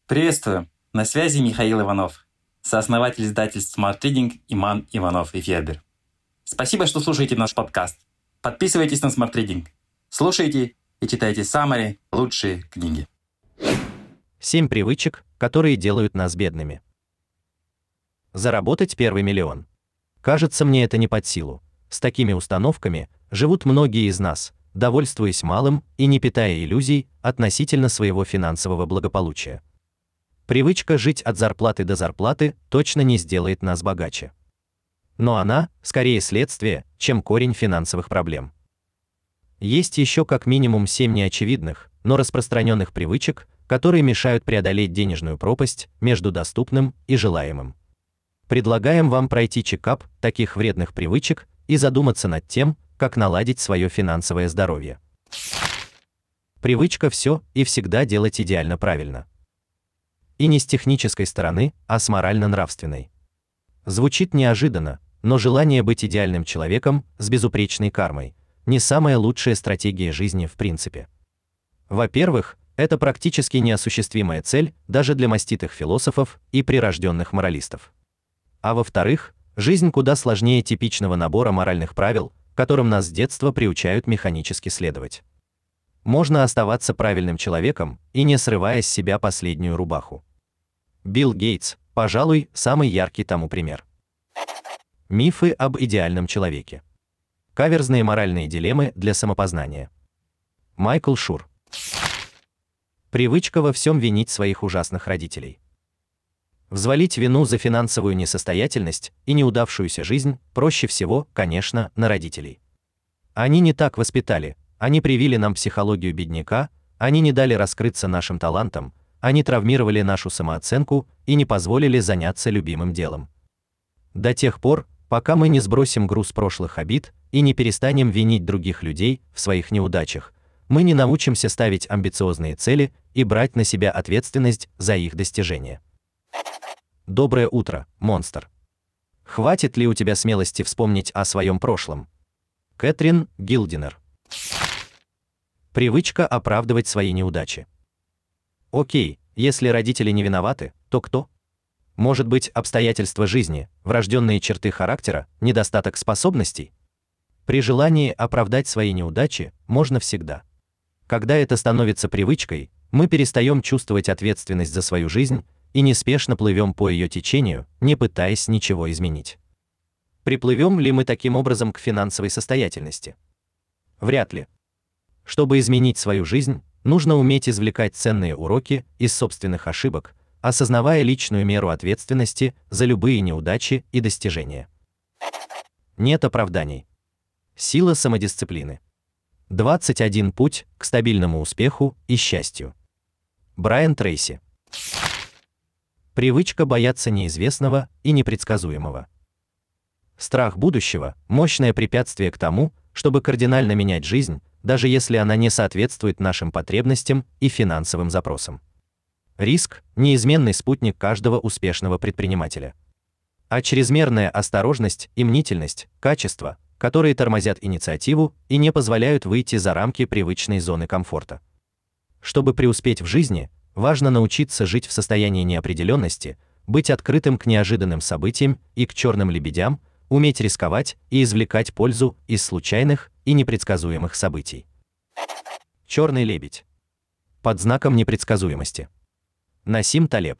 Приветствую! На связи Михаил Иванов, сооснователь издательств Smart Reading Иман Иванов и Федер. Спасибо, что слушаете наш подкаст. Подписывайтесь на Smart Reading. Слушайте и читайте самые лучшие книги. 7 привычек, которые делают нас бедными. Заработать первый миллион. Кажется, мне это не под силу. С такими установками живут многие из нас, довольствуясь малым и не питая иллюзий относительно своего финансового благополучия. Привычка жить от зарплаты до зарплаты точно не сделает нас богаче. Но она скорее следствие, чем корень финансовых проблем. Есть еще как минимум 7 неочевидных, но распространенных привычек, которые мешают преодолеть денежную пропасть между доступным и желаемым. Предлагаем вам пройти чекап таких вредных привычек и задуматься над тем, как наладить свое финансовое здоровье. Привычка все и всегда делать идеально правильно. И не с технической стороны, а с морально-нравственной. Звучит неожиданно, но желание быть идеальным человеком с безупречной кармой не самая лучшая стратегия жизни в принципе. Во-первых, это практически неосуществимая цель даже для маститых философов и прирожденных моралистов. А во-вторых, жизнь куда сложнее типичного набора моральных правил, которым нас с детства приучают механически следовать. Можно оставаться правильным человеком и не срывая с себя последнюю рубаху. Билл Гейтс, пожалуй, самый яркий тому пример. Мифы об идеальном человеке. Каверзные моральные дилеммы для самопознания. Майкл Шур. Привычка во всем винить своих ужасных родителей. Взвалить вину за финансовую несостоятельность и неудавшуюся жизнь проще всего, конечно, на родителей. Они не так воспитали, они привили нам психологию бедняка, они не дали раскрыться нашим талантам, они травмировали нашу самооценку и не позволили заняться любимым делом. До тех пор, пока мы не сбросим груз прошлых обид и не перестанем винить других людей в своих неудачах, мы не научимся ставить амбициозные цели и брать на себя ответственность за их достижение. Доброе утро, монстр. Хватит ли у тебя смелости вспомнить о своем прошлом? Кэтрин Гилдинер. Привычка оправдывать свои неудачи. Окей, если родители не виноваты, то кто? Может быть, обстоятельства жизни, врожденные черты характера, недостаток способностей? При желании оправдать свои неудачи можно всегда. Когда это становится привычкой, мы перестаем чувствовать ответственность за свою жизнь и неспешно плывем по ее течению, не пытаясь ничего изменить. Приплывем ли мы таким образом к финансовой состоятельности? Вряд ли. Чтобы изменить свою жизнь, нужно уметь извлекать ценные уроки из собственных ошибок, осознавая личную меру ответственности за любые неудачи и достижения. Нет оправданий. Сила самодисциплины. 21 путь к стабильному успеху и счастью. Брайан Трейси. Привычка бояться неизвестного и непредсказуемого. Страх будущего – мощное препятствие к тому, чтобы кардинально менять жизнь, даже если она не соответствует нашим потребностям и финансовым запросам. Риск – неизменный спутник каждого успешного предпринимателя. А чрезмерная осторожность и мнительность – качества, которые тормозят инициативу и не позволяют выйти за рамки привычной зоны комфорта. Чтобы преуспеть в жизни, важно научиться жить в состоянии неопределенности, быть открытым к неожиданным событиям и к черным лебедям, уметь рисковать и извлекать пользу из случайных и непредсказуемых событий. Черный лебедь. Под знаком непредсказуемости. Насим Талеб.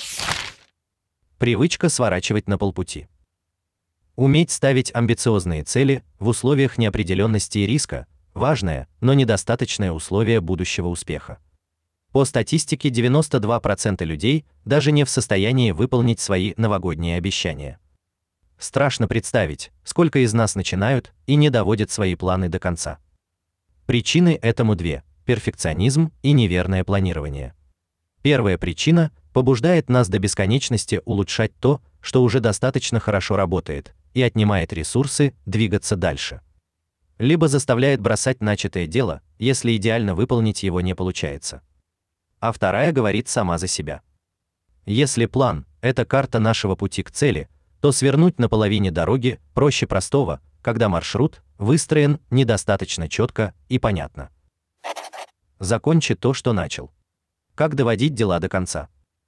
Привычка сворачивать на полпути. Уметь ставить амбициозные цели в условиях неопределенности и риска – важное, но недостаточное условие будущего успеха. По статистике 92% людей даже не в состоянии выполнить свои новогодние обещания. Страшно представить, сколько из нас начинают и не доводят свои планы до конца. Причины этому две – перфекционизм и неверное планирование. Первая причина побуждает нас до бесконечности улучшать то, что уже достаточно хорошо работает, и отнимает ресурсы двигаться дальше. Либо заставляет бросать начатое дело, если идеально выполнить его не получается. А вторая говорит сама за себя. Если план – это карта нашего пути к цели, то свернуть на половине дороги проще простого, когда маршрут выстроен недостаточно четко и понятно. Закончи то, что начал. Как доводить дела до конца?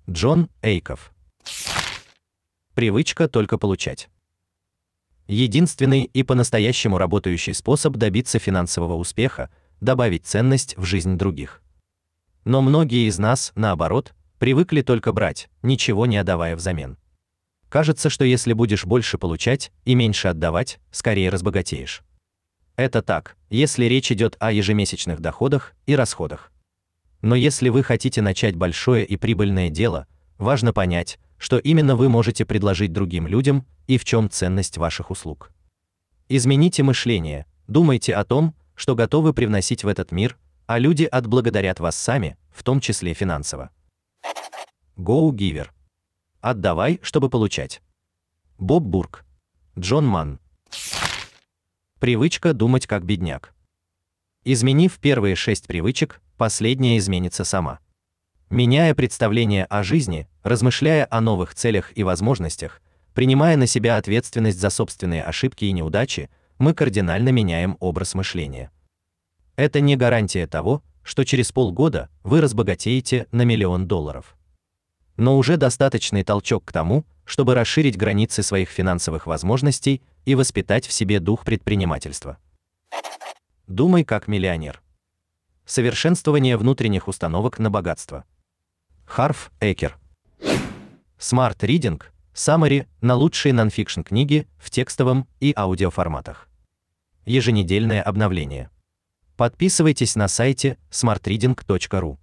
Джон Эйков. Привычка только получать. Единственный и по-настоящему работающий способ добиться финансового успеха – добавить ценность в жизнь других. Но многие из нас, наоборот, привыкли только брать, ничего не отдавая взамен. Кажется, что если будешь больше получать и меньше отдавать, скорее разбогатеешь. Это так, если речь идет о ежемесячных доходах и расходах. Но если вы хотите начать большое и прибыльное дело, важно понять, что именно вы можете предложить другим людям и в чем ценность ваших услуг. Измените мышление, думайте о том, что готовы привносить в этот мир, а люди отблагодарят вас сами, в том числе финансово. Go Giver. Отдавай, чтобы получать. Боб Бург. Джон Манн. Привычка думать как бедняк. Изменив первые 6 привычек, последняя изменится сама. Меняя представление о жизни, размышляя о новых целях и возможностях, принимая на себя ответственность за собственные ошибки и неудачи, мы кардинально меняем образ мышления. Это не гарантия того, что через полгода вы разбогатеете на $1 миллион. Но уже достаточный толчок к тому, чтобы расширить границы своих финансовых возможностей и воспитать в себе дух предпринимательства. Думай как миллионер. Совершенствование внутренних установок на богатство. Харв Экер. Smart Reading Summary на лучшие нонфикшн книги в текстовом и аудиоформатах. Еженедельное обновление. Подписывайтесь на сайте smartreading.ru.